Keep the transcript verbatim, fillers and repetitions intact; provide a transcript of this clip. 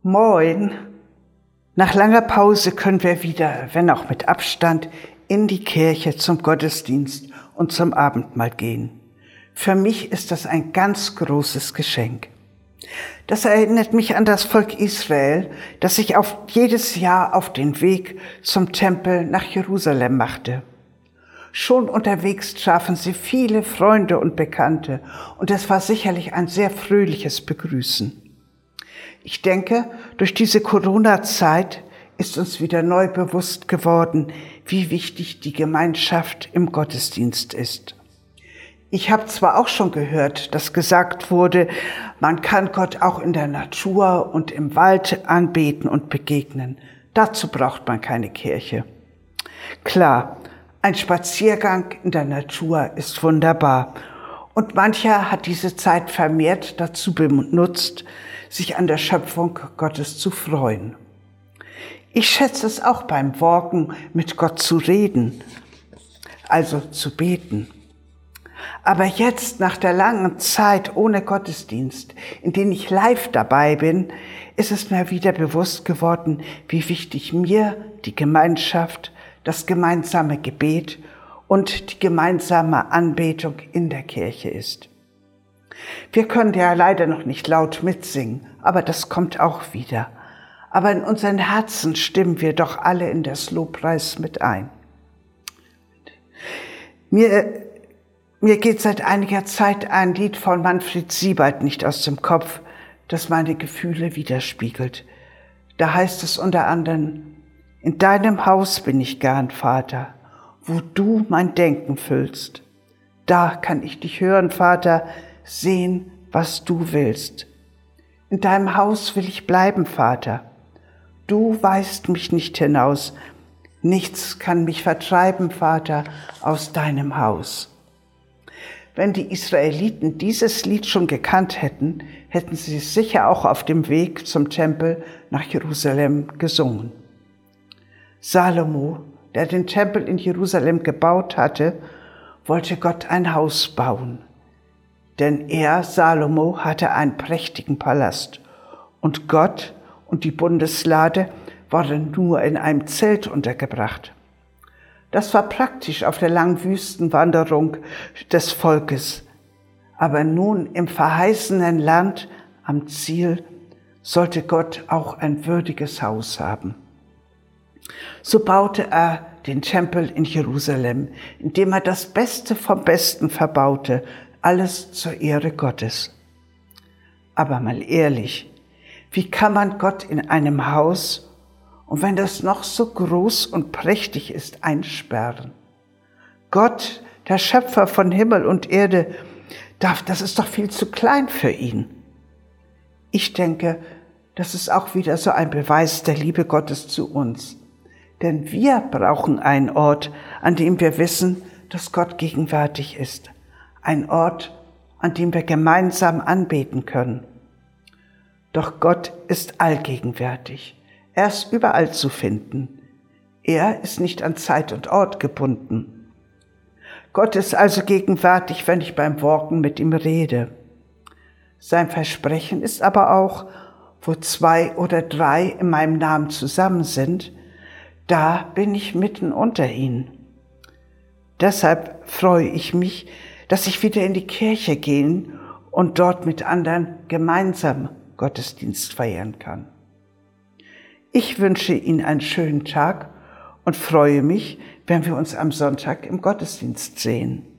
Moin! Nach langer Pause können wir wieder, wenn auch mit Abstand, in die Kirche zum Gottesdienst und zum Abendmahl gehen. Für mich ist das ein ganz großes Geschenk. Das erinnert mich an das Volk Israel, das sich auf jedes Jahr auf den Weg zum Tempel nach Jerusalem machte. Schon unterwegs trafen sie viele Freunde und Bekannte und es war sicherlich ein sehr fröhliches Begrüßen. Ich denke, durch diese Corona-Zeit ist uns wieder neu bewusst geworden, wie wichtig die Gemeinschaft im Gottesdienst ist. Ich habe zwar auch schon gehört, dass gesagt wurde, man kann Gott auch in der Natur und im Wald anbeten und begegnen. Dazu braucht man keine Kirche. Klar, ein Spaziergang in der Natur ist wunderbar. Und mancher hat diese Zeit vermehrt dazu benutzt, sich an der Schöpfung Gottes zu freuen. Ich schätze es auch beim Walken, mit Gott zu reden, also zu beten. Aber jetzt, nach der langen Zeit ohne Gottesdienst, in denen ich live dabei bin, ist es mir wieder bewusst geworden, wie wichtig mir die Gemeinschaft, das gemeinsame Gebet und die gemeinsame Anbetung in der Kirche ist. Wir können ja leider noch nicht laut mitsingen, aber das kommt auch wieder. Aber in unseren Herzen stimmen wir doch alle in das Lobpreis mit ein. Mir, mir geht seit einiger Zeit ein Lied von Manfred Siebert nicht aus dem Kopf, das meine Gefühle widerspiegelt. Da heißt es unter anderem: In deinem Haus bin ich gern, Vater, wo du mein Denken füllst. Da kann ich dich hören, Vater, sehen, was du willst. In deinem Haus will ich bleiben, Vater. Du weist mich nicht hinaus. Nichts kann mich vertreiben, Vater, aus deinem Haus. Wenn die Israeliten dieses Lied schon gekannt hätten, hätten sie es sicher auch auf dem Weg zum Tempel nach Jerusalem gesungen. Salomo, der den Tempel in Jerusalem gebaut hatte, wollte Gott ein Haus bauen. Denn er, Salomo, hatte einen prächtigen Palast und Gott und die Bundeslade waren nur in einem Zelt untergebracht. Das war praktisch auf der langen Wüstenwanderung des Volkes. Aber nun im verheißenen Land am Ziel sollte Gott auch ein würdiges Haus haben. So baute er den Tempel in Jerusalem, indem er das Beste vom Besten verbaute, alles zur Ehre Gottes. Aber mal ehrlich, wie kann man Gott in einem Haus, und wenn das noch so groß und prächtig ist, einsperren? Gott, der Schöpfer von Himmel und Erde, darf, das ist doch viel zu klein für ihn. Ich denke, das ist auch wieder so ein Beweis der Liebe Gottes zu uns. Denn wir brauchen einen Ort, an dem wir wissen, dass Gott gegenwärtig ist. Ein Ort, an dem wir gemeinsam anbeten können. Doch Gott ist allgegenwärtig. Er ist überall zu finden. Er ist nicht an Zeit und Ort gebunden. Gott ist also gegenwärtig, wenn ich beim Walken mit ihm rede. Sein Versprechen ist aber auch, wo zwei oder drei in meinem Namen zusammen sind, da bin ich mitten unter ihnen. Deshalb freue ich mich, dass ich wieder in die Kirche gehen und dort mit anderen gemeinsam Gottesdienst feiern kann. Ich wünsche Ihnen einen schönen Tag und freue mich, wenn wir uns am Sonntag im Gottesdienst sehen.